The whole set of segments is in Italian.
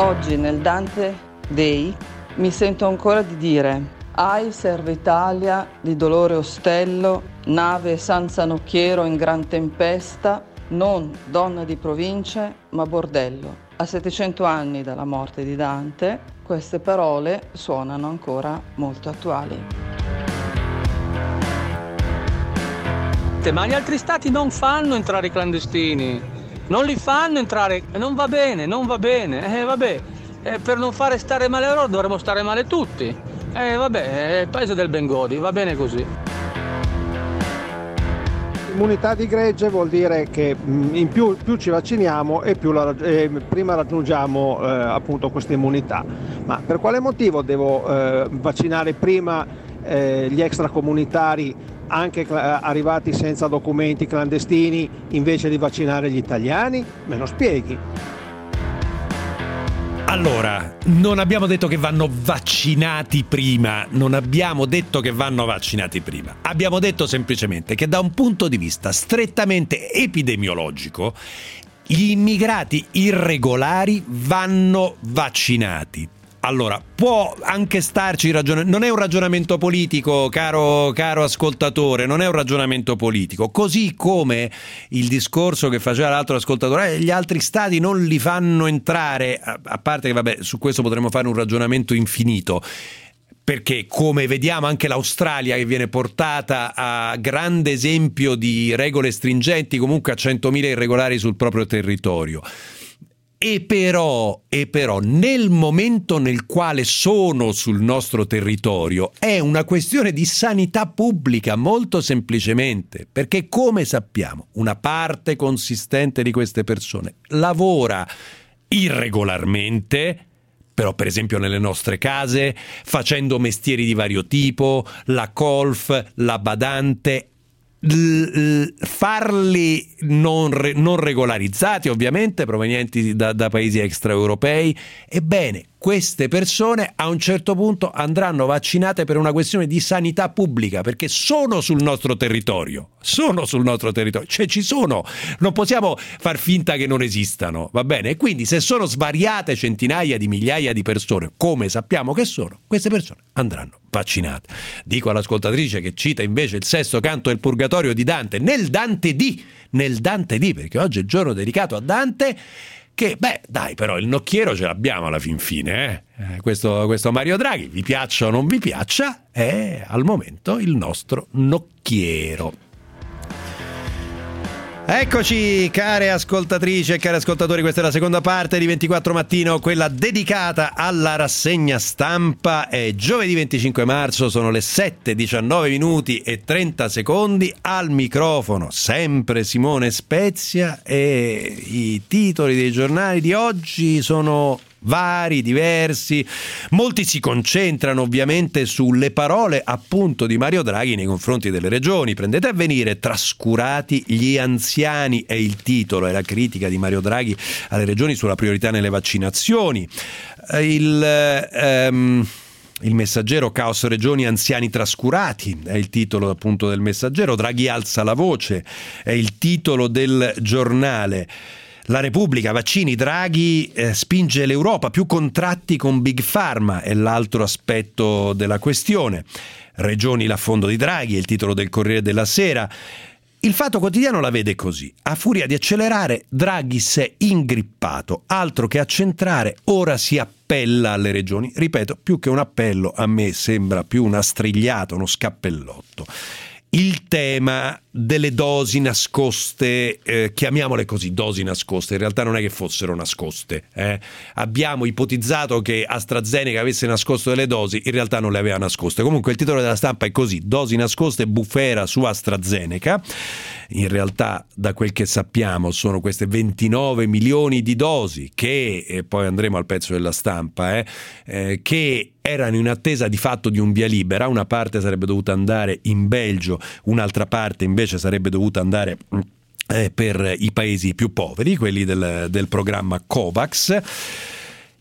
Oggi nel Dante Day mi sento ancora di dire: Ai serve Italia di dolore ostello, nave senza nocchiero in gran tempesta, non donna di province ma bordello. A 700 anni dalla morte di Dante, queste parole suonano ancora molto attuali. Ma gli altri stati non fanno entrare i clandestini, non li fanno entrare, non va bene, per non fare stare male loro dovremmo stare male tutti. È il paese del Bengodi, va bene così. Immunità di gregge vuol dire che in più ci vacciniamo e prima raggiungiamo appunto questa immunità. Ma per quale motivo devo vaccinare prima gli extracomunitari, anche arrivati senza documenti, clandestini, invece di vaccinare gli italiani? Me lo spieghi? Allora, non abbiamo detto che vanno vaccinati prima, abbiamo detto semplicemente che da un punto di vista strettamente epidemiologico gli immigrati irregolari vanno vaccinati. Allora, può anche starci non è un ragionamento politico, caro ascoltatore, non è un ragionamento politico, così come il discorso che faceva l'altro ascoltatore, gli altri stati non li fanno entrare, a parte che su questo potremmo fare un ragionamento infinito, perché come vediamo anche l'Australia, che viene portata a grande esempio di regole stringenti, comunque a 100.000 irregolari sul proprio territorio. E però nel momento nel quale sono sul nostro territorio è una questione di sanità pubblica, molto semplicemente, perché come sappiamo una parte consistente di queste persone lavora irregolarmente, però per esempio nelle nostre case, facendo mestieri di vario tipo, la colf, la badante, farli non regolarizzati, ovviamente provenienti da paesi extraeuropei. Ebbene, queste persone a un certo punto andranno vaccinate per una questione di sanità pubblica, perché sono sul nostro territorio, cioè ci sono, non possiamo far finta che non esistano, va bene? E quindi se sono svariate centinaia di migliaia di persone, come sappiamo che sono, queste persone andranno vaccinate. Dico all'ascoltatrice che cita invece il sesto canto del Purgatorio di Dante nel Dante D, perché oggi è il giorno dedicato a Dante, che però il nocchiero ce l'abbiamo alla fin fine, questo Mario Draghi, vi piaccia o non vi piaccia, è al momento il nostro nocchiero. Eccoci, care ascoltatrici e cari ascoltatori, questa è la seconda parte di 24 Mattino, quella dedicata alla rassegna stampa. È giovedì 25 marzo, sono le 7:19 minuti e 30 secondi, al microfono sempre Simone Spezia, e i titoli dei giornali di oggi sono vari, diversi. Molti si concentrano ovviamente sulle parole appunto di Mario Draghi nei confronti delle regioni. Prendete a venire, trascurati gli anziani, è il titolo, è la critica di Mario Draghi alle regioni sulla priorità nelle vaccinazioni. Il Messaggero, caos regioni, anziani trascurati, è il titolo appunto del Messaggero. Draghi alza la voce, è il titolo del Giornale. La Repubblica, vaccini, Draghi spinge l'Europa, più contratti con Big Pharma, è l'altro aspetto della questione. Regioni, l'affondo di Draghi, è il titolo del Corriere della Sera. Il Fatto Quotidiano la vede così: a furia di accelerare, Draghi si è ingrippato, altro che accentrare, ora si appella alle regioni. Ripeto, più che un appello a me sembra più una strigliata, uno scappellotto. Il tema delle dosi nascoste, chiamiamole così, dosi nascoste, in realtà non è che fossero nascoste, abbiamo ipotizzato che AstraZeneca avesse nascosto delle dosi, in realtà non le aveva nascoste. Comunque il titolo della Stampa è così: dosi nascoste, bufera su AstraZeneca. In realtà, da quel che sappiamo, sono queste 29 milioni di dosi che, e poi andremo al pezzo della Stampa, che erano in attesa di fatto di un via libera. Una parte sarebbe dovuta andare in Belgio, un'altra parte invece sarebbe dovuta andare per i paesi più poveri, quelli del programma COVAX.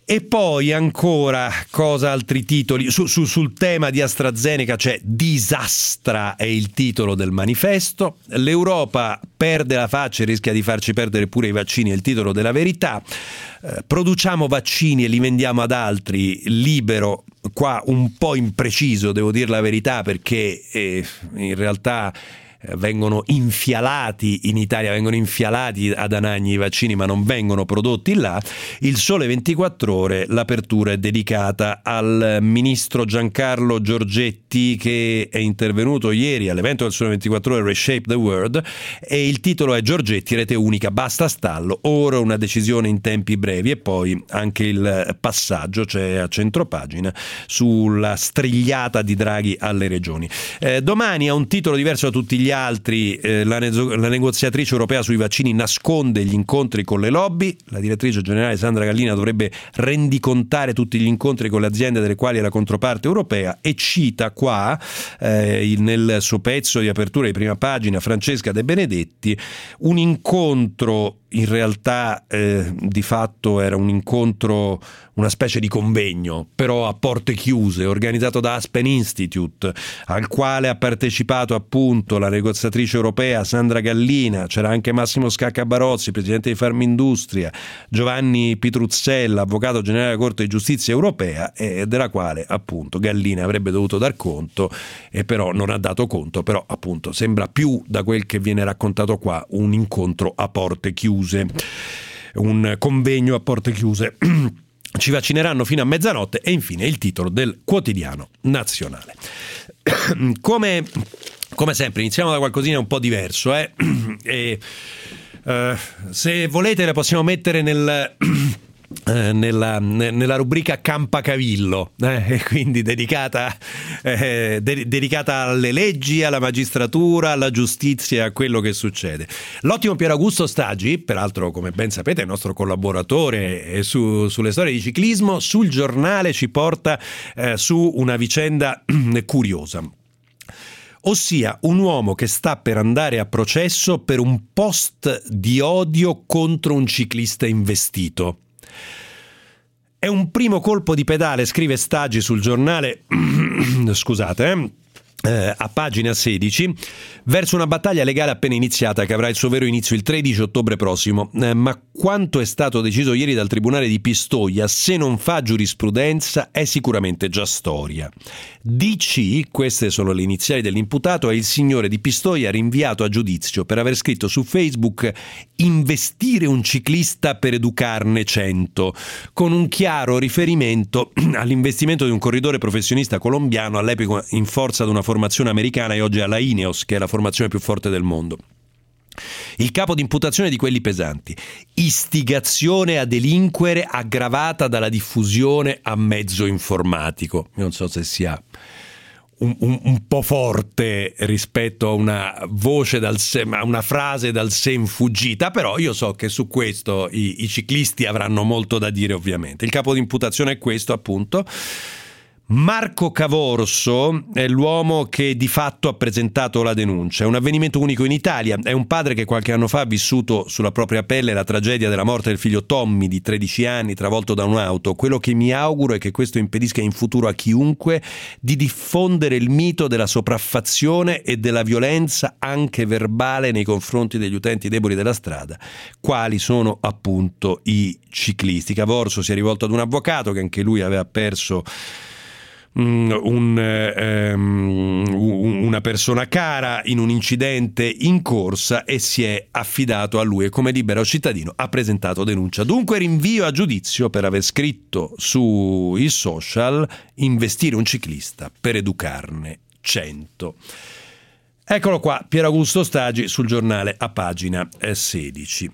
E poi ancora, altri titoli? Sul tema di AstraZeneca c'è "Disastra" è il titolo del manifesto. "L'Europa perde la faccia e rischia di farci perdere pure i vaccini" è il titolo della Verità. "Produciamo vaccini e li vendiamo ad altri", Libero, qua un po' impreciso, devo dire la verità, perché in realtà vengono infialati in Italia, vengono infialati ad Anagni i vaccini, ma non vengono prodotti là. Il Sole 24 Ore, l'apertura è dedicata al ministro Giancarlo Giorgetti, che è intervenuto ieri all'evento del Sole 24 Ore Reshape the World, e il titolo è "Giorgetti, rete unica, basta stallo, ora una decisione in tempi brevi", e poi anche il passaggio, c'è a centropagina, sulla strigliata di Draghi alle regioni. Domani ha un titolo diverso da tutti gli altri, la negoziatrice europea sui vaccini nasconde gli incontri con le lobby. La direttrice generale Sandra Gallina dovrebbe rendicontare tutti gli incontri con le aziende delle quali è la controparte europea, e cita qua nel suo pezzo di apertura di prima pagina Francesca De Benedetti un incontro, in realtà di fatto era un incontro, una specie di convegno, però a porte chiuse, organizzato da Aspen Institute, al quale ha partecipato appunto la negoziatrice europea Sandra Gallina. C'era anche Massimo Scacca-Barozzi, presidente di Farmindustria, Giovanni Pitruzzella, avvocato generale della Corte di Giustizia europea, della quale appunto Gallina avrebbe dovuto dar conto, e però non ha dato conto. Però appunto sembra più, da quel che viene raccontato qua, un incontro a porte chiuse, un convegno a porte chiuse. Ci vaccineranno fino a mezzanotte. E infine il titolo del Quotidiano Nazionale. Come sempre iniziamo da qualcosina un po' diverso, se volete la possiamo mettere nella rubrica Campacavillo, e quindi dedicata alle leggi, alla magistratura, alla giustizia, a quello che succede. L'ottimo Pier Augusto Stagi, peraltro come ben sapete è il nostro collaboratore sulle storie di ciclismo, sul Giornale ci porta su una vicenda curiosa. Ossia un uomo che sta per andare a processo per un post di odio contro un ciclista investito. È un primo colpo di pedale, scrive Stagi sul Giornale, scusate, a pagina 16, verso una battaglia legale appena iniziata che avrà il suo vero inizio il 13 ottobre prossimo. Ma quanto è stato deciso ieri dal Tribunale di Pistoia, se non fa giurisprudenza, è sicuramente già storia. DC, queste sono le iniziali dell'imputato, è il signore di Pistoia rinviato a giudizio per aver scritto su Facebook "investire un ciclista per educarne 100", con un chiaro riferimento all'investimento di un corridore professionista colombiano, all'epoca in forza ad una formazione americana e oggi alla Ineos, che è la formazione più forte del mondo. Il capo di imputazione di quelli pesanti: istigazione a delinquere aggravata dalla diffusione a mezzo informatico. Io non so se sia un po' forte rispetto a una voce a una frase dal sen fuggita, però io so che su questo i ciclisti avranno molto da dire, ovviamente. Il capo di imputazione è questo, appunto. Marco Cavorso è l'uomo che di fatto ha presentato la denuncia. È un avvenimento unico in Italia. È un padre che qualche anno fa ha vissuto sulla propria pelle la tragedia della morte del figlio Tommy di 13 anni travolto da un'auto. Quello che mi auguro è che questo impedisca in futuro a chiunque di diffondere il mito della sopraffazione e della violenza anche verbale nei confronti degli utenti deboli della strada, quali sono appunto i ciclisti. Cavorso si è rivolto ad un avvocato che anche lui aveva perso una persona cara in un incidente in corsa, e si è affidato a lui, e come libero cittadino ha presentato denuncia. Dunque rinvio a giudizio per aver scritto sui social "investire un ciclista per educarne 100". Eccolo qua, Pier Augusto Stagi sul Giornale a pagina 16.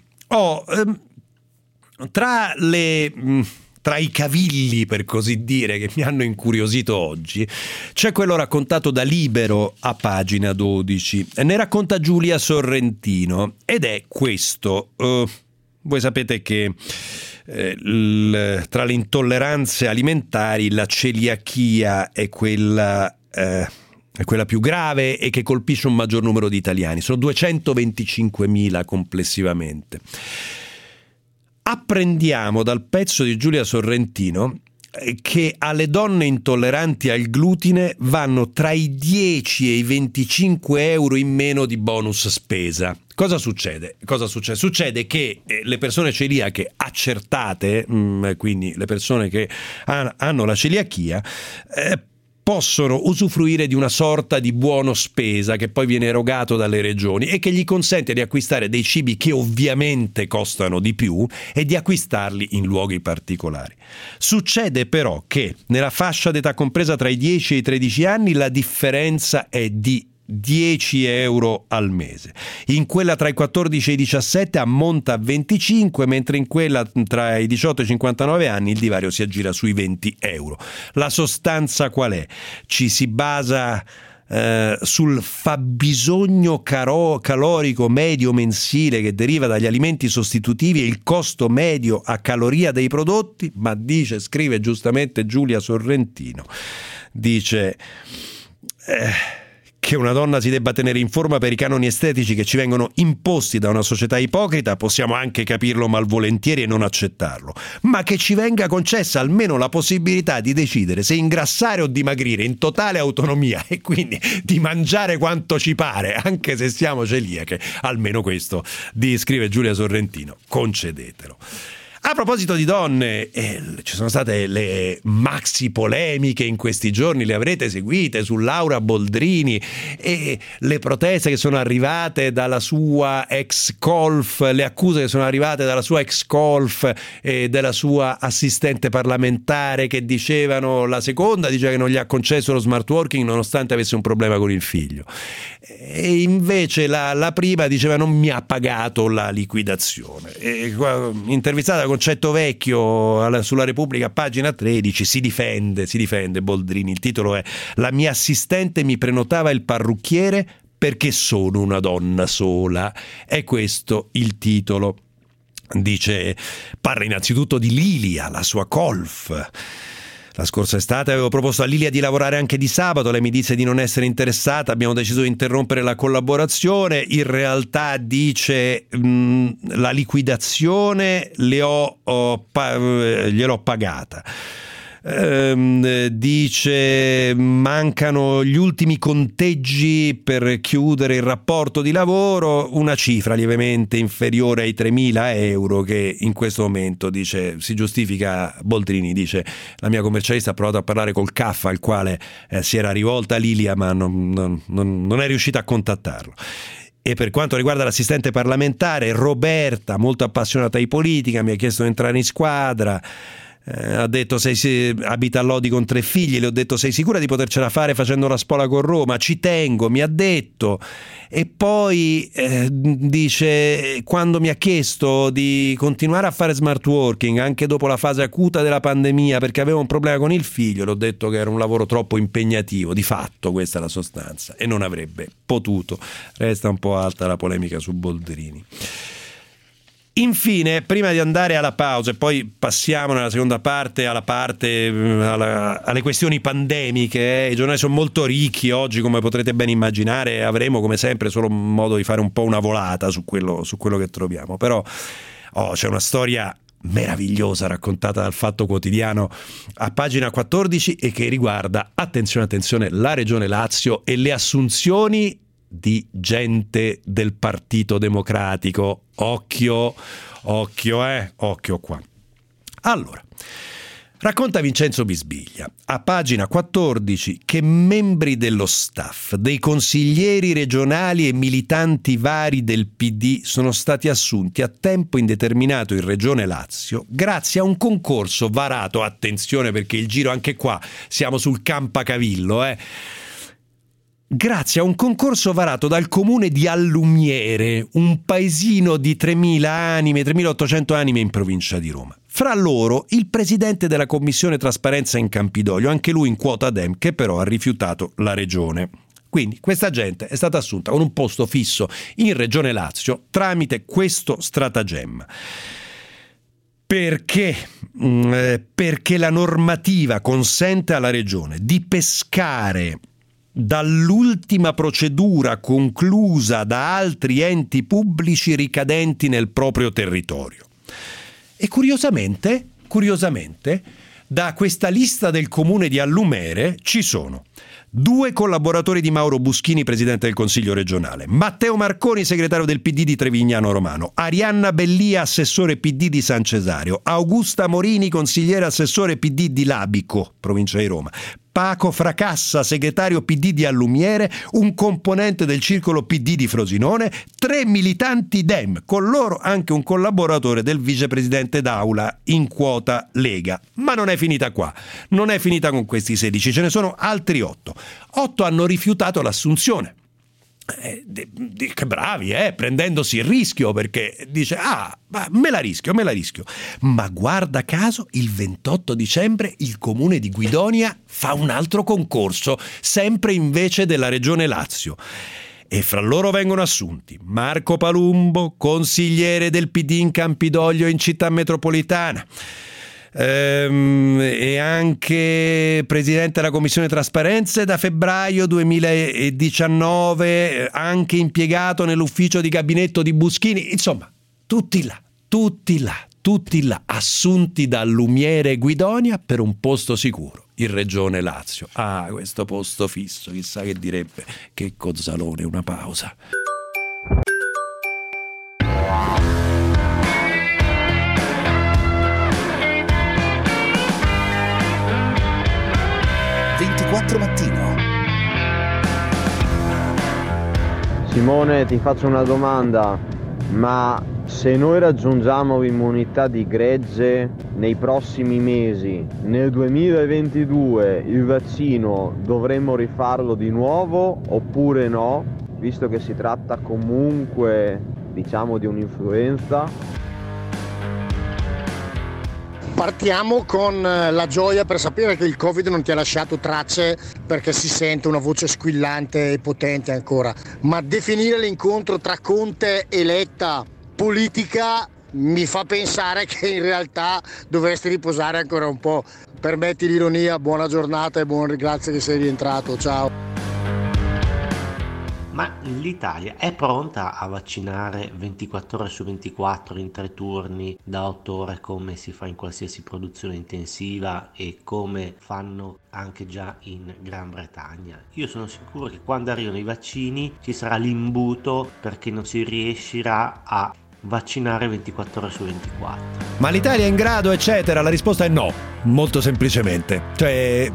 Tra i cavilli, per così dire, che mi hanno incuriosito oggi, c'è quello raccontato da Libero a pagina 12. Ne racconta Giulia Sorrentino, ed è questo. Voi sapete che tra le intolleranze alimentari la celiachia è quella più grave e che colpisce un maggior numero di italiani. Sono 225.000 complessivamente. Apprendiamo dal pezzo di Giulia Sorrentino che alle donne intolleranti al glutine vanno tra i 10 e i 25 euro in meno di bonus spesa. Cosa succede? Succede che le persone celiache accertate, quindi le persone che hanno la celiachia, possono usufruire di una sorta di buono spesa che poi viene erogato dalle regioni e che gli consente di acquistare dei cibi che ovviamente costano di più e di acquistarli in luoghi particolari. Succede però che nella fascia d'età compresa tra i 10 e i 13 anni la differenza è di 10 euro al mese. In quella tra i 14 e i 17 ammonta a 25, mentre in quella tra i 18 e i 59 anni il divario si aggira sui 20 euro. La sostanza qual è? Ci si basa sul fabbisogno calorico medio mensile che deriva dagli alimenti sostitutivi e il costo medio a caloria dei prodotti, ma scrive giustamente Giulia Sorrentino, dice che una donna si debba tenere in forma per i canoni estetici che ci vengono imposti da una società ipocrita, possiamo anche capirlo malvolentieri e non accettarlo, ma che ci venga concessa almeno la possibilità di decidere se ingrassare o dimagrire in totale autonomia e quindi di mangiare quanto ci pare, anche se siamo celiache, almeno questo, scrive Giulia Sorrentino, concedetelo. A proposito di donne, ci sono state le maxi polemiche in questi giorni, le avrete seguite su Laura Boldrini e le proteste che sono arrivate dalla sua ex colf, le accuse che sono arrivate dalla sua ex colf e della sua assistente parlamentare che dicevano, la seconda diceva che non gli ha concesso lo smart working nonostante avesse un problema con il figlio. E invece la prima diceva non mi ha pagato la liquidazione. Intervistata Concetto Vecchio sulla Repubblica, pagina 13, si difende Boldrini. Il titolo è: la mia assistente mi prenotava il parrucchiere perché sono una donna sola. È questo il titolo. Parla innanzitutto di Lilia, la sua colf. La scorsa estate avevo proposto a Lilia di lavorare anche di sabato, lei mi disse di non essere interessata, abbiamo deciso di interrompere la collaborazione. In realtà dice la liquidazione gliel'ho pagata. Dice mancano gli ultimi conteggi per chiudere il rapporto di lavoro, una cifra lievemente inferiore ai 3.000 euro che in questo momento, dice, si giustifica Boldrini, dice la mia commercialista ha provato a parlare col CAF al quale si era rivolta Lilia ma non è riuscita a contattarlo. E per quanto riguarda l'assistente parlamentare Roberta, molto appassionata di politica, mi ha chiesto di entrare in squadra. Ha detto abita a Lodi con 3 figli, le ho detto sei sicura di potercela fare facendo la spola con Roma? Ci tengo, mi ha detto. E poi dice quando mi ha chiesto di continuare a fare smart working anche dopo la fase acuta della pandemia perché aveva un problema con il figlio, le ho detto che era un lavoro troppo impegnativo, di fatto questa è la sostanza, e non avrebbe potuto. Resta un po' alta la polemica su Boldrini. Infine, prima di andare alla pausa e poi passiamo nella seconda parte alle questioni pandemiche, i giornali sono molto ricchi oggi, come potrete ben immaginare, avremo come sempre solo modo di fare un po' una volata su quello che troviamo, però c'è una storia meravigliosa raccontata dal Fatto Quotidiano a pagina 14 e che riguarda, attenzione, la Regione Lazio e le assunzioni di gente del Partito Democratico. Occhio qua. Allora, racconta Vincenzo Bisbiglia a pagina 14 che membri dello staff, dei consiglieri regionali e militanti vari del PD sono stati assunti a tempo indeterminato in Regione Lazio grazie a un concorso varato, attenzione perché il giro anche qua siamo sul Campacavillo, grazie a un concorso varato dal comune di Allumiere, un paesino di 3.800 anime in provincia di Roma. Fra loro il presidente della commissione trasparenza in Campidoglio, anche lui in quota Dem, che però ha rifiutato la regione. Quindi questa gente è stata assunta con un posto fisso in Regione Lazio tramite questo stratagemma. Perché? Perché la normativa consente alla regione di pescare dall'ultima procedura conclusa da altri enti pubblici ricadenti nel proprio territorio. E curiosamente, da questa lista del comune di Allumere ci sono 2 collaboratori di Mauro Buschini, presidente del Consiglio regionale, Matteo Marconi, segretario del PD di Trevignano Romano, Arianna Bellia, assessore PD di San Cesario, Augusta Morini, consigliere assessore PD di Labico, provincia di Roma, Paco Fracassa, segretario PD di Allumiere, un componente del circolo PD di Frosinone, 3 militanti Dem, con loro anche un collaboratore del vicepresidente d'Aula in quota Lega. Ma non è finita qua, non è finita con questi 16, ce ne sono altri 8. 8 hanno rifiutato l'assunzione. Che bravi, prendendosi il rischio, perché dice ma me la rischio. Ma guarda caso, il 28 dicembre il comune di Guidonia fa un altro concorso, sempre invece della regione Lazio, e fra loro vengono assunti Marco Palumbo, consigliere del PD in Campidoglio in città metropolitana, e anche presidente della commissione trasparenze da febbraio 2019, anche impiegato nell'ufficio di gabinetto di Buschini. Insomma, tutti là, assunti da Lumiere e Guidonia per un posto sicuro in regione Lazio. Questo posto fisso, chissà che direbbe che Cozzalone, una pausa. Mattino. Simone, ti faccio una domanda, ma se noi raggiungiamo l'immunità di gregge nei prossimi mesi, nel 2022 il vaccino dovremmo rifarlo di nuovo oppure no, visto che si tratta comunque, diciamo, di un'influenza? Partiamo con la gioia per sapere che il Covid non ti ha lasciato tracce, perché si sente una voce squillante e potente ancora, ma definire l'incontro tra Conte e Letta politica mi fa pensare che in realtà dovresti riposare ancora un po'. Permetti l'ironia, buona giornata e grazie che sei rientrato, ciao. Ma l'Italia è pronta a vaccinare 24 ore su 24 in 3 turni da 8 ore come si fa in qualsiasi produzione intensiva e come fanno anche già in Gran Bretagna? Io sono sicuro che quando arrivano i vaccini ci sarà l'imbuto perché non si riuscirà a vaccinare 24 ore su 24. Ma l'Italia è in grado, eccetera? La risposta è no, molto semplicemente. Cioè,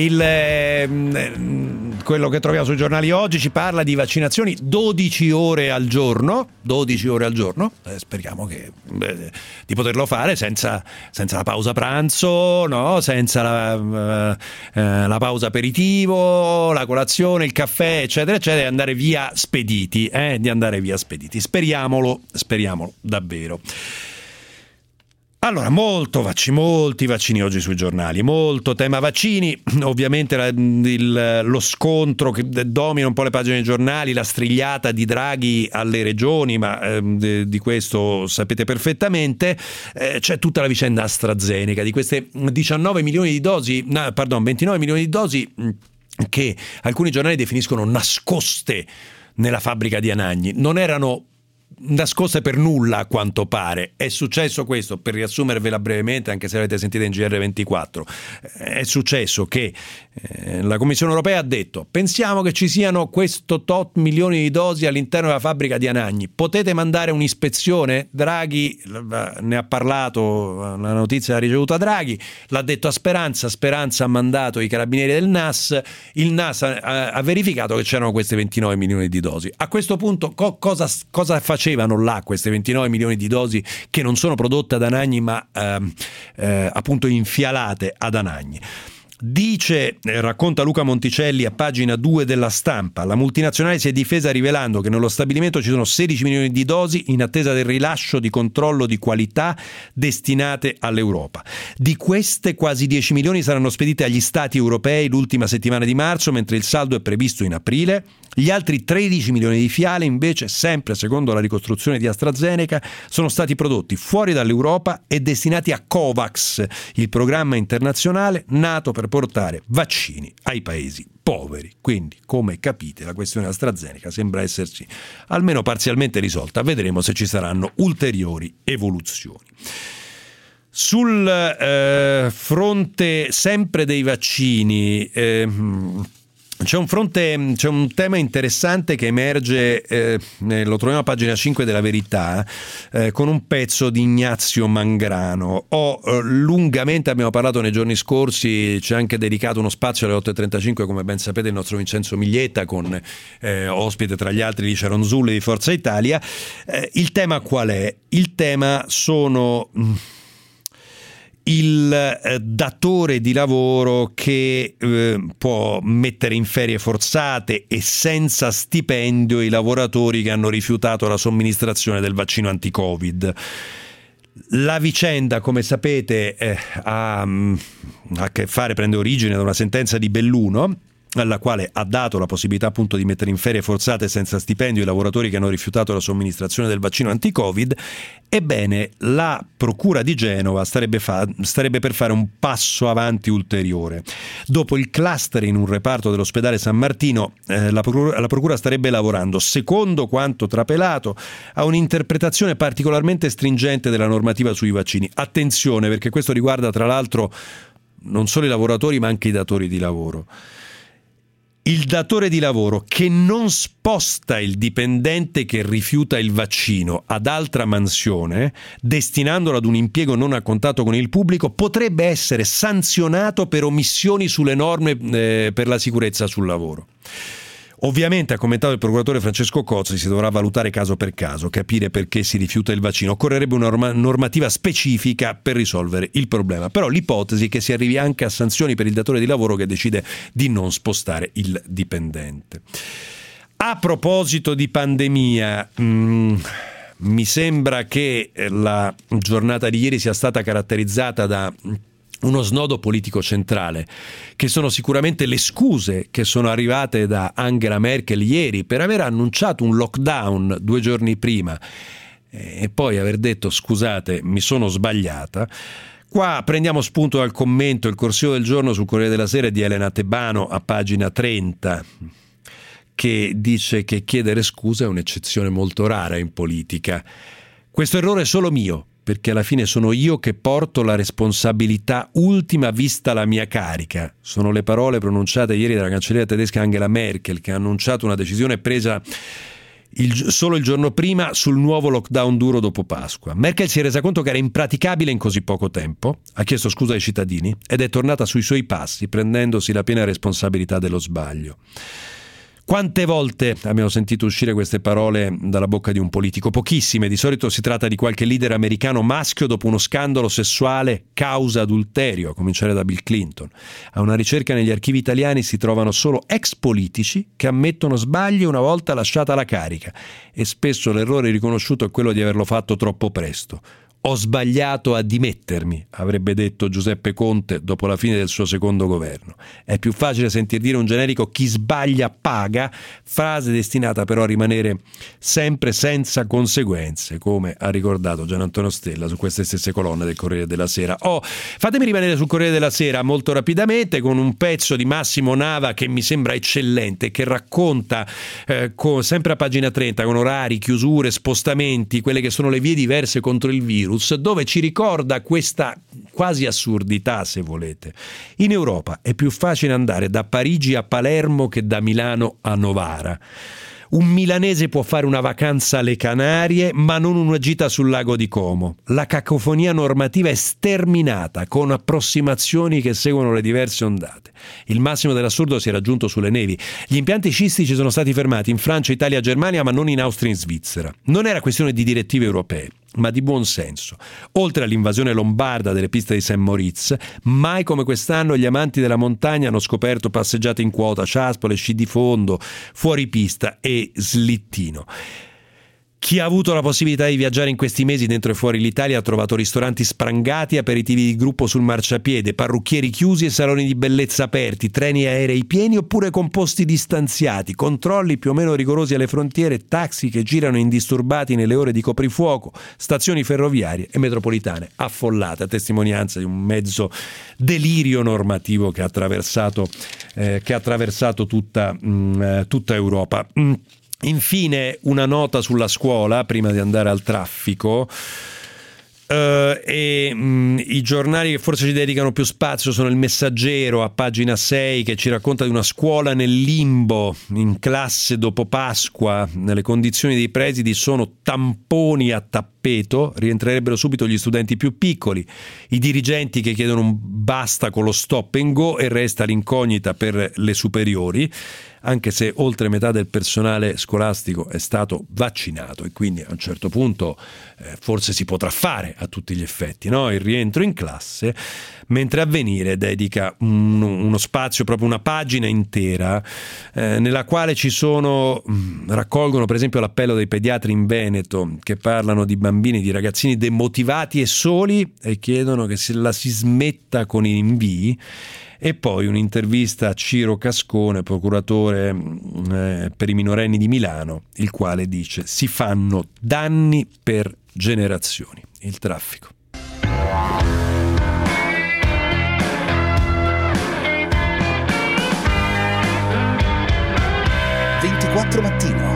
quello che troviamo sui giornali oggi ci parla di vaccinazioni 12 ore al giorno. Speriamo di poterlo fare senza la pausa pranzo, no? Senza la pausa aperitivo, la colazione, il caffè, eccetera, eccetera, e andare via spediti, Speriamolo davvero. Allora, molti vaccini oggi sui giornali, molto tema vaccini, ovviamente lo scontro che domina un po' le pagine dei giornali, la strigliata di Draghi alle regioni, ma di questo sapete perfettamente. C'è tutta la vicenda AstraZeneca, di queste 29 milioni di dosi che alcuni giornali definiscono nascoste nella fabbrica di Anagni. Non erano nascoste per nulla, a quanto pare. È successo questo, per riassumervela brevemente, anche se l'avete sentita in GR24, è successo che la Commissione Europea ha detto: pensiamo che ci siano questo tot milioni di dosi all'interno della fabbrica di Anagni, potete mandare un'ispezione? Draghi ne ha parlato, la notizia l'ha ricevuta Draghi, l'ha detto a Speranza ha mandato i carabinieri del NAS, il NAS ha verificato che c'erano queste 29 milioni di dosi. A questo punto cosa facevano là queste 29 milioni di dosi che non sono prodotte ad Anagni ma appunto infialate ad Anagni? Racconta Luca Monticelli a pagina 2 della Stampa: la multinazionale si è difesa rivelando che nello stabilimento ci sono 16 milioni di dosi in attesa del rilascio di controllo di qualità destinate all'Europa. Di queste quasi 10 milioni saranno spedite agli stati europei l'ultima settimana di marzo, mentre il saldo è previsto in aprile. Gli altri 13 milioni di fiale invece, sempre secondo la ricostruzione di AstraZeneca, sono stati prodotti fuori dall'Europa e destinati a COVAX, il programma internazionale nato per portare vaccini ai paesi poveri. Quindi, come capite, la questione AstraZeneca sembra essersi almeno parzialmente risolta. Vedremo se ci saranno ulteriori evoluzioni. Sul fronte sempre dei vaccini, c'è un tema interessante che emerge, lo troviamo a pagina 5 della Verità, con un pezzo di Ignazio Mangrano. Lungamente abbiamo parlato nei giorni scorsi, c'è anche dedicato uno spazio alle 8.35, come ben sapete, il nostro Vincenzo Miglietta, con ospite tra gli altri Licia Ronzulli di Forza Italia. Il tema qual è? Il tema sono il datore di lavoro che può mettere in ferie forzate e senza stipendio i lavoratori che hanno rifiutato la somministrazione del vaccino anti-Covid. La vicenda, come sapete, ha a che fare, prende origine da una sentenza di Belluno, alla quale ha dato la possibilità appunto di mettere in ferie forzate senza stipendio i lavoratori che hanno rifiutato la somministrazione del vaccino anti-Covid. Ebbene, la Procura di Genova starebbe per fare un passo avanti ulteriore. Dopo il cluster in un reparto dell'ospedale San Martino, la Procura starebbe lavorando, secondo quanto trapelato, a un'interpretazione particolarmente stringente della normativa sui vaccini. Attenzione, perché questo riguarda tra l'altro non solo i lavoratori ma anche i datori di lavoro. Il datore di lavoro che non sposta il dipendente che rifiuta il vaccino ad altra mansione, destinandolo ad un impiego non a contatto con il pubblico, potrebbe essere sanzionato per omissioni sulle norme per la sicurezza sul lavoro. Ovviamente, ha commentato il procuratore Francesco Cozzi, si dovrà valutare caso per caso, capire perché si rifiuta il vaccino. Occorrerebbe una normativa specifica per risolvere il problema. Però l'ipotesi è che si arrivi anche a sanzioni per il datore di lavoro che decide di non spostare il dipendente. A proposito di pandemia, mi sembra che la giornata di ieri sia stata caratterizzata da uno snodo politico centrale, che sono sicuramente le scuse che sono arrivate da Angela Merkel ieri per aver annunciato un lockdown 2 giorni prima e poi aver detto scusate, mi sono sbagliata. Qua prendiamo spunto dal commento Il Corsivo del Giorno sul Corriere della Sera di Elena Tebano a pagina 30, che dice che chiedere scusa è un'eccezione molto rara in politica. Questo errore è solo mio, perché alla fine sono io che porto la responsabilità ultima vista la mia carica. Sono le parole pronunciate ieri dalla cancelliera tedesca Angela Merkel, che ha annunciato una decisione presa solo il giorno prima sul nuovo lockdown duro dopo Pasqua. Merkel si è resa conto che era impraticabile in così poco tempo, ha chiesto scusa ai cittadini ed è tornata sui suoi passi, prendendosi la piena responsabilità dello sbaglio. Quante volte abbiamo sentito uscire queste parole dalla bocca di un politico? Pochissime, di solito si tratta di qualche leader americano maschio dopo uno scandalo sessuale causa adulterio, a cominciare da Bill Clinton. A una ricerca negli archivi italiani si trovano solo ex politici che ammettono sbagli una volta lasciata la carica e spesso l'errore riconosciuto è quello di averlo fatto troppo presto. Ho sbagliato a dimettermi, avrebbe detto Giuseppe Conte dopo la fine del suo secondo governo. È più facile sentir dire un generico chi sbaglia paga, frase destinata però a rimanere sempre senza conseguenze, come ha ricordato Gian Antonio Stella su queste stesse colonne del Corriere della Sera. Fatemi rimanere sul Corriere della Sera molto rapidamente con un pezzo di Massimo Nava che mi sembra eccellente, che racconta sempre a pagina 30 con orari, chiusure, spostamenti, quelle che sono le vie diverse contro il virus, dove ci ricorda questa quasi assurdità, se volete. In Europa è più facile andare da Parigi a Palermo che da Milano a Novara. Un milanese può fare una vacanza alle Canarie, ma non una gita sul lago di Como. La cacofonia normativa è sterminata, con approssimazioni che seguono le diverse ondate. Il massimo dell'assurdo si è raggiunto sulle nevi. Gli impianti sciistici sono stati fermati in Francia, Italia, Germania, ma non in Austria e in Svizzera. Non era questione di direttive europee, ma di buon senso. Oltre all'invasione lombarda delle piste di St. Moritz, mai come quest'anno gli amanti della montagna hanno scoperto passeggiate in quota, ciaspole, sci di fondo, fuoripista e slittino. Chi ha avuto la possibilità di viaggiare in questi mesi dentro e fuori l'Italia ha trovato ristoranti sprangati, aperitivi di gruppo sul marciapiede, parrucchieri chiusi e saloni di bellezza aperti, treni aerei pieni oppure con posti distanziati, controlli più o meno rigorosi alle frontiere, taxi che girano indisturbati nelle ore di coprifuoco, stazioni ferroviarie e metropolitane affollate, a testimonianza di un mezzo delirio normativo che ha attraversato tutta Europa. Infine una nota sulla scuola, prima di andare al traffico. I giornali che forse ci dedicano più spazio sono Il Messaggero a pagina 6, che ci racconta di una scuola nel limbo, in classe dopo Pasqua, nelle condizioni dei presidi sono tamponi a tappeto, rientrerebbero subito gli studenti più piccoli, i dirigenti che chiedono un basta con lo stop and go e resta l'incognita per le superiori, anche se oltre metà del personale scolastico è stato vaccinato e quindi a un certo punto forse si potrà fare a tutti gli effetti, no? Il rientro in classe, mentre Avvenire dedica uno spazio, proprio una pagina intera nella quale raccolgono per esempio l'appello dei pediatri in Veneto che parlano di bambini, di ragazzini demotivati e soli e chiedono che si smetta con i rinvii. E poi un'intervista a Ciro Cascone, procuratore per i minorenni di Milano, il quale dice: si fanno danni per generazioni. Il traffico. Mattino.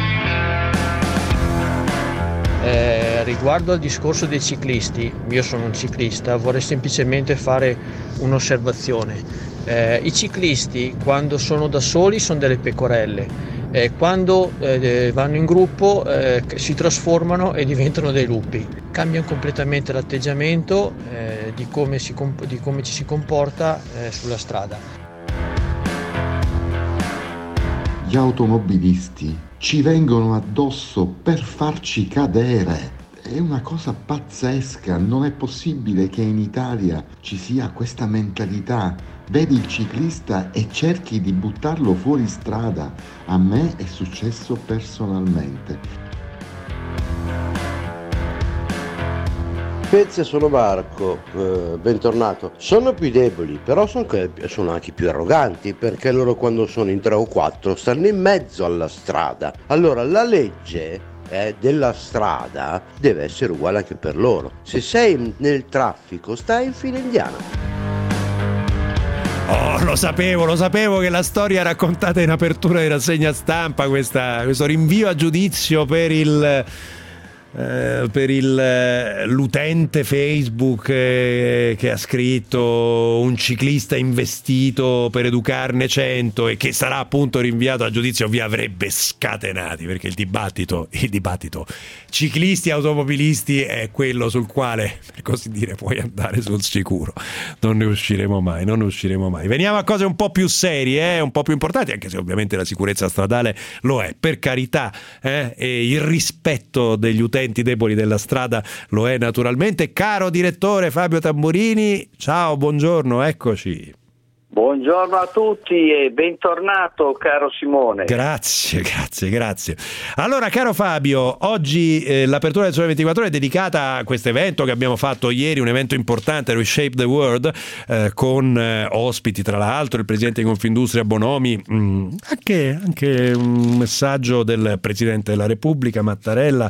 Riguardo al discorso dei ciclisti, io sono un ciclista, vorrei semplicemente fare un'osservazione. I ciclisti quando sono da soli sono delle pecorelle, quando vanno in gruppo si trasformano e diventano dei lupi. Cambiano completamente l'atteggiamento di come ci si comporta sulla strada. Gli automobilisti ci vengono addosso per farci cadere. È una cosa pazzesca, non è possibile che in Italia ci sia questa mentalità. Vedi il ciclista e cerchi di buttarlo fuori strada. A me è successo personalmente. Spezia, sono Marco, bentornato. Sono più deboli, però sono anche più arroganti, perché loro quando sono in 3 o 4 stanno in mezzo alla strada. Allora la legge della strada deve essere uguale anche per loro. Se sei nel traffico stai in fila indiana. Oh, lo sapevo che la storia raccontata in apertura di rassegna stampa, questo rinvio a giudizio per l'utente Facebook che ha scritto un ciclista investito per educarne 100 e che sarà appunto rinviato a giudizio vi avrebbe scatenati, perché il dibattito ciclisti automobilisti è quello sul quale, per così dire, puoi andare sul sicuro. Non ne usciremo mai. Veniamo a cose un po' più serie, un po' più importanti, anche se ovviamente la sicurezza stradale lo è, per carità, e il rispetto degli utenti deboli della strada lo è naturalmente. Caro direttore Fabio Tamburini, ciao, buongiorno, eccoci. Buongiorno a tutti e bentornato caro Simone. Grazie. Allora caro Fabio, oggi l'apertura del Sole 24 Ore è dedicata a questo evento che abbiamo fatto ieri, un evento importante, Reshape the World, con ospiti tra l'altro il presidente di Confindustria Bonomi, anche un messaggio del Presidente della Repubblica Mattarella,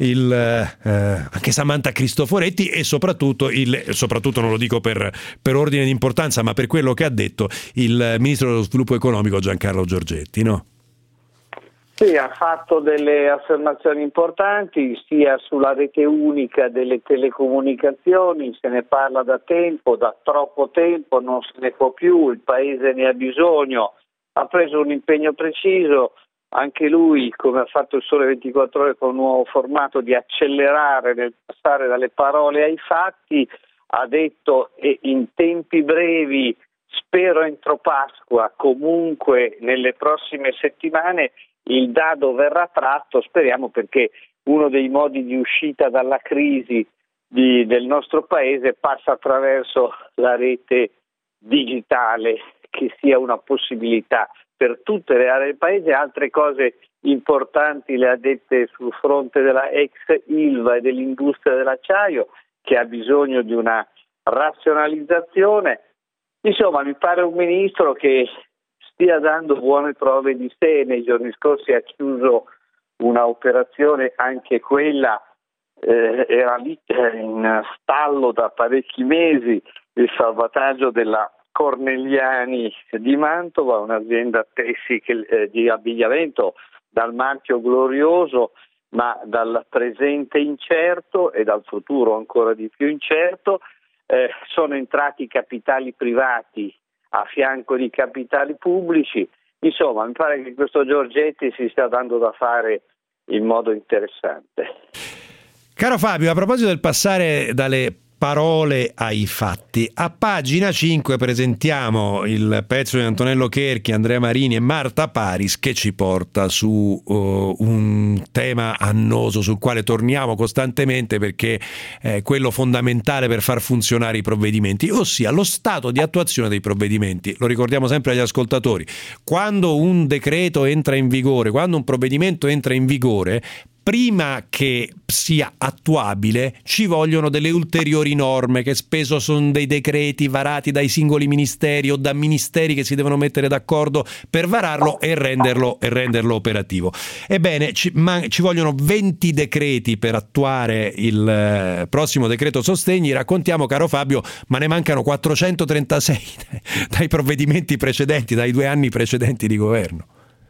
anche Samantha Cristoforetti e soprattutto non lo dico per ordine di importanza ma per quello che ha detto il Ministro dello Sviluppo Economico Giancarlo Giorgetti, no? Sì, ha fatto delle affermazioni importanti sia sulla rete unica delle telecomunicazioni, se ne parla da tempo, da troppo tempo, non se ne può più, il Paese ne ha bisogno, ha preso un impegno preciso, anche lui, come ha fatto il Sole 24 Ore con un nuovo formato, di accelerare nel passare dalle parole ai fatti, ha detto in tempi brevi, spero entro Pasqua, comunque nelle prossime settimane il dado verrà tratto, speriamo, perché uno dei modi di uscita dalla crisi del nostro paese passa attraverso la rete digitale, che sia una possibilità per tutte le aree del paese. Altre cose importanti le ha dette sul fronte della ex Ilva e dell'industria dell'acciaio, che ha bisogno di una razionalizzazione. Insomma, mi pare un ministro che stia dando buone prove di sé. Nei giorni scorsi ha chiuso una operazione, anche quella era lì in stallo da parecchi mesi, il salvataggio della Corneliani di Mantova, un'azienda tessile di abbigliamento dal marchio glorioso, ma dal presente incerto e dal futuro ancora di più incerto. Sono entrati capitali privati a fianco di capitali pubblici. Insomma, mi pare che questo Giorgetti si stia dando da fare in modo interessante. Caro Fabio, a proposito del passare dalle parole ai fatti, a pagina 5 presentiamo il pezzo di Antonello Cherchi, Andrea Marini e Marta Paris che ci porta su un tema annoso sul quale torniamo costantemente perché è quello fondamentale per far funzionare i provvedimenti, ossia lo stato di attuazione dei provvedimenti. Lo ricordiamo sempre agli ascoltatori: quando un decreto entra in vigore, quando un provvedimento entra in vigore, prima che sia attuabile ci vogliono delle ulteriori norme che spesso sono dei decreti varati dai singoli ministeri o da ministeri che si devono mettere d'accordo per vararlo e renderlo operativo. Ebbene, ci vogliono 20 decreti per attuare il prossimo decreto sostegni. Raccontiamo, caro Fabio, ma ne mancano 436 dai provvedimenti precedenti, dai 2 anni precedenti di governo.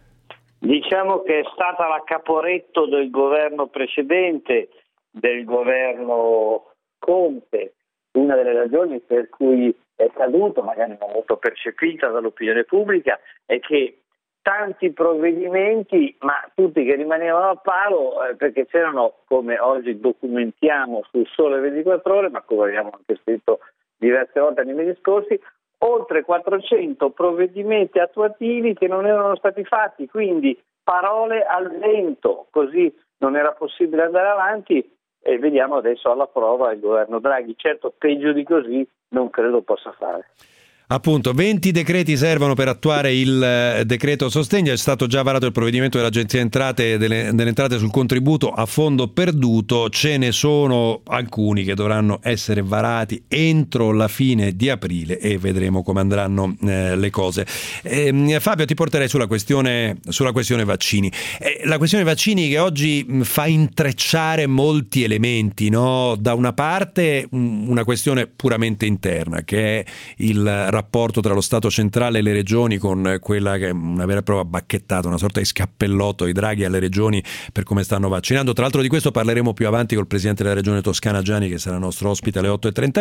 Diciamo che è stata la Caporetto del governo precedente, del governo Conte, una delle ragioni per cui è caduto, magari non molto percepita dall'opinione pubblica, è che tanti provvedimenti, ma tutti che rimanevano a palo, perché c'erano, come oggi documentiamo sul Sole 24 Ore, ma come abbiamo anche scritto diverse volte nei mesi scorsi, oltre 400 provvedimenti attuativi che non erano stati fatti, quindi parole al vento, così non era possibile andare avanti e vediamo adesso alla prova il governo Draghi. Certo, peggio di così non credo possa fare. Appunto, 20 decreti servono per attuare il decreto sostegno. È stato già varato il provvedimento dell'Agenzia Entrate delle entrate sul contributo a fondo perduto. Ce ne sono alcuni che dovranno essere varati entro la fine di aprile e vedremo come andranno le cose. Fabio, ti porterei sulla questione vaccini. La questione vaccini che oggi fa intrecciare molti elementi, no? Da una parte una questione puramente interna, che è il rapporto tra lo Stato centrale e le regioni, con quella che è una vera e propria bacchettata, una sorta di scappellotto di Draghi alle regioni per come stanno vaccinando. Tra l'altro di questo parleremo più avanti col presidente della regione Toscana Gianni, che sarà nostro ospite alle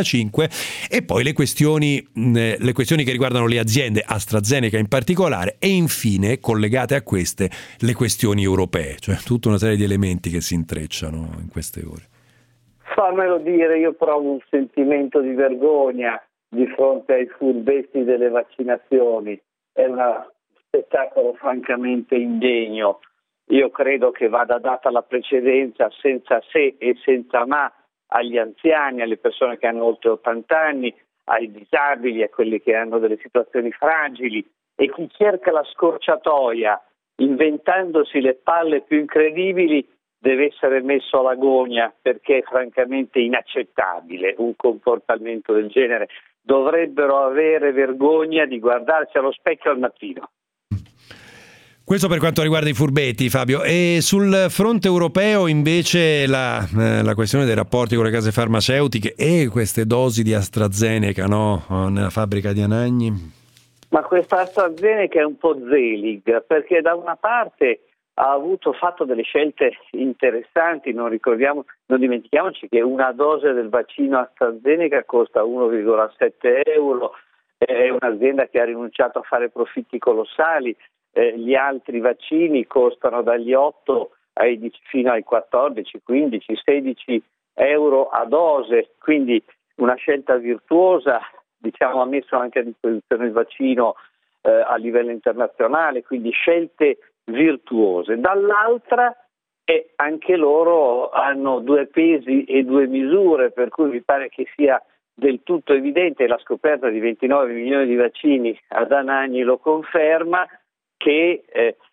8.35, e poi le questioni che riguardano le aziende, AstraZeneca in particolare, e infine, collegate a queste, le questioni europee, cioè tutta una serie di elementi che si intrecciano in queste ore. Fammelo dire, io provo un sentimento di vergogna di fronte ai furbetti delle vaccinazioni. È uno spettacolo francamente indegno. Io credo che vada data la precedenza senza se e senza ma agli anziani, alle persone che hanno oltre 80 anni, ai disabili, a quelli che hanno delle situazioni fragili, e chi cerca la scorciatoia inventandosi le palle più incredibili deve essere messo alla gogna, perché è francamente inaccettabile un comportamento del genere. Dovrebbero avere vergogna di guardarsi allo specchio al mattino. Questo per quanto riguarda i furbetti, Fabio. E sul fronte europeo invece la questione dei rapporti con le case farmaceutiche e queste dosi di AstraZeneca, no? Nella fabbrica di Anagni. Ma questa AstraZeneca è un po' Zelig, perché da una parte ha fatto delle scelte interessanti. Non dimentichiamoci che una dose del vaccino AstraZeneca costa 1,7 euro, è un'azienda che ha rinunciato a fare profitti colossali. Gli altri vaccini costano dagli 8 fino ai 14, 15, 16 euro a dose, quindi una scelta virtuosa. Ha messo anche a disposizione il vaccino a livello internazionale, quindi scelte virtuose. Dall'altra anche loro hanno 2 pesi e 2 misure, per cui mi pare che sia del tutto evidente, la scoperta di 29 milioni di vaccini ad Anagni lo conferma, che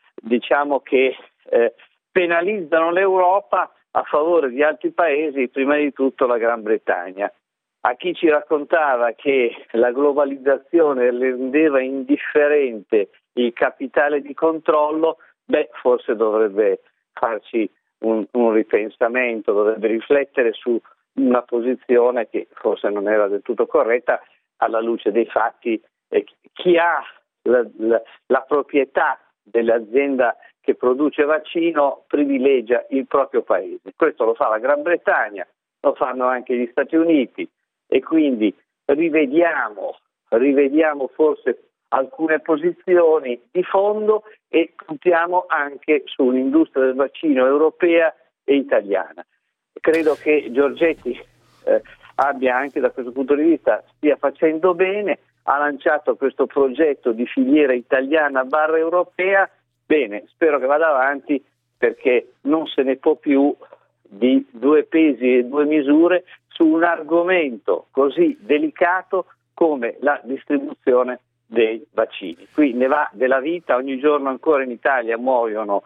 penalizzano l'Europa a favore di altri paesi, prima di tutto la Gran Bretagna. A chi ci raccontava che la globalizzazione rendeva indifferente il capitale di controllo, forse dovrebbe farci un ripensamento, dovrebbe riflettere su una posizione che forse non era del tutto corretta alla luce dei fatti. Chi ha la proprietà dell'azienda che produce vaccino privilegia il proprio paese. Questo lo fa la Gran Bretagna, lo fanno anche gli Stati Uniti, e quindi rivediamo forse alcune posizioni di fondo e puntiamo anche su un'industria del vaccino europea e italiana. Credo che Giorgetti abbia anche da questo punto di vista stia facendo bene, ha lanciato questo progetto di filiera italiana / europea. Bene, spero che vada avanti, perché non se ne può più di 2 pesi e 2 misure su un argomento così delicato come la distribuzione dei vaccini. Qui ne va della vita, ogni giorno ancora in Italia muoiono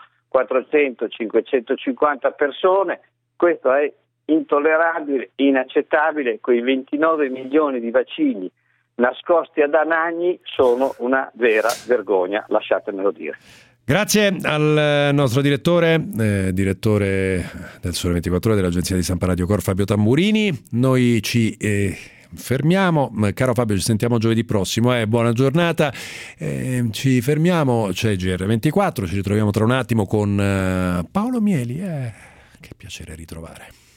400-550 persone, questo è intollerabile, inaccettabile. Quei 29 milioni di vaccini nascosti ad Anagni sono una vera vergogna, lasciatemelo dire. Grazie al nostro direttore del Sole 24 Ore dell'agenzia di Stampa Radio Cor, Fabio Tamburini. Noi ci fermiamo, caro Fabio, ci sentiamo giovedì prossimo, buona giornata, ci fermiamo, c'è GR24, ci ritroviamo tra un attimo con Paolo Mieli, che piacere ritrovare.